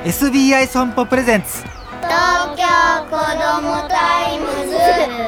SBI 損保プレゼンツ東京子どもタイムズ。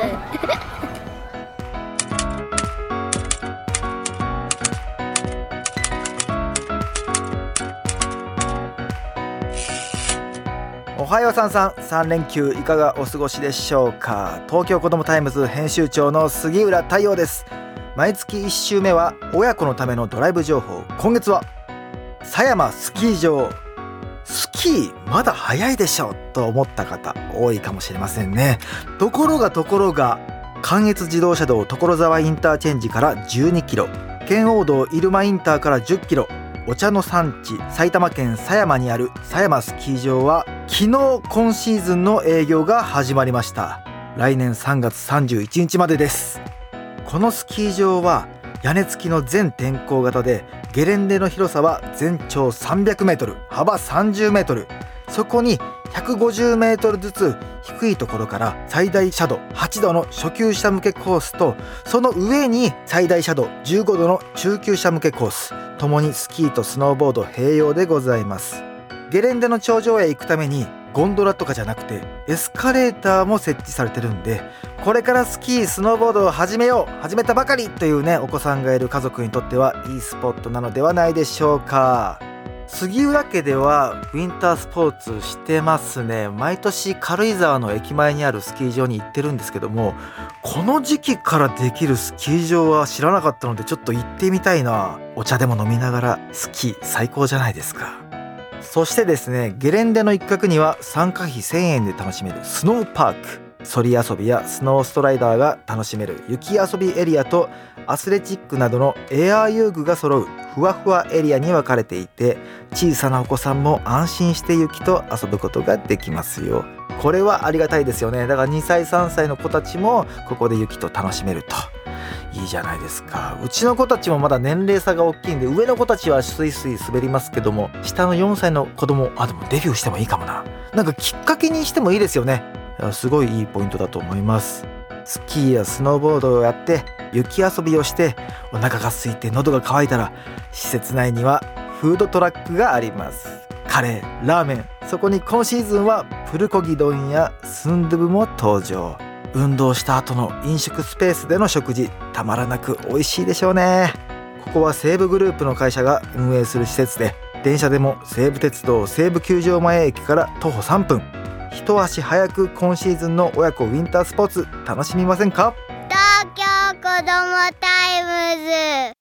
おはようさん3連休いかがお過ごしでしょうか。東京子どもタイムズ編集長の杉浦太陽です。毎月1週目は親子のためのドライブ情報。今月は狭山スキー場。スキーまだ早いでしょと思った方多いかもしれませんね。ところが関越自動車道所沢インターチェンジから12キロ、圏央道入間インターから10キロ、お茶の産地埼玉県狭山にある狭山スキー場は昨日今シーズンの営業が始まりました。来年3月31日までです。このスキー場は屋根付きの全天候型で、ゲレンデの広さは全長300メートル、幅30メートル、そこに150メートルずつ低いところから最大斜度8度の初級者向けコースと、その上に最大斜度15度の中級者向けコース、ともにスキーとスノーボード併用でございます。ゲレンデの頂上へ行くためにゴンドラとかじゃなくてエスカレーターも設置されてるんで、これからスキースノーボードを始めたばかりというね、お子さんがいる家族にとってはいいスポットなのではないでしょうか。杉浦家ではウィンタースポーツしてますね。毎年軽井沢の駅前にあるスキー場に行ってるんですけども、この時期からできるスキー場は知らなかったのでちょっと行ってみたいな。お茶でも飲みながらスキー最高じゃないですか。そしてですね、ゲレンデの一角には参加費1000円で楽しめるスノーパーク、そり遊びやスノーストライダーが楽しめる雪遊びエリアと、アスレチックなどのエアー遊具が揃うふわふわエリアに分かれていて、小さなお子さんも安心して雪と遊ぶことができますよ。これはありがたいですよね。だから2歳3歳の子たちもここで雪と楽しめるといいじゃないですか。うちの子たちもまだ年齢差が大きいんで、上の子たちはスイスイ滑りますけども、下の4歳の子供、でもデビューしてもいいかもな。なんかきっかけにしてもいいですよね。すごいいいポイントだと思います。スキーやスノーボードをやって雪遊びをして、お腹が空いて喉が渇いたら施設内にはフードトラックがあります。カレー、ラーメン、そこに今シーズンはプルコギ丼やスンドゥブも登場。運動した後の飲食スペースでの食事、たまらなく美味しいでしょうね。ここは西武グループの会社が運営する施設で、電車でも西武鉄道西武球場前駅から徒歩3分。一足早く今シーズンの親子ウィンタースポーツ楽しみませんか。 東京子どもタイムズ。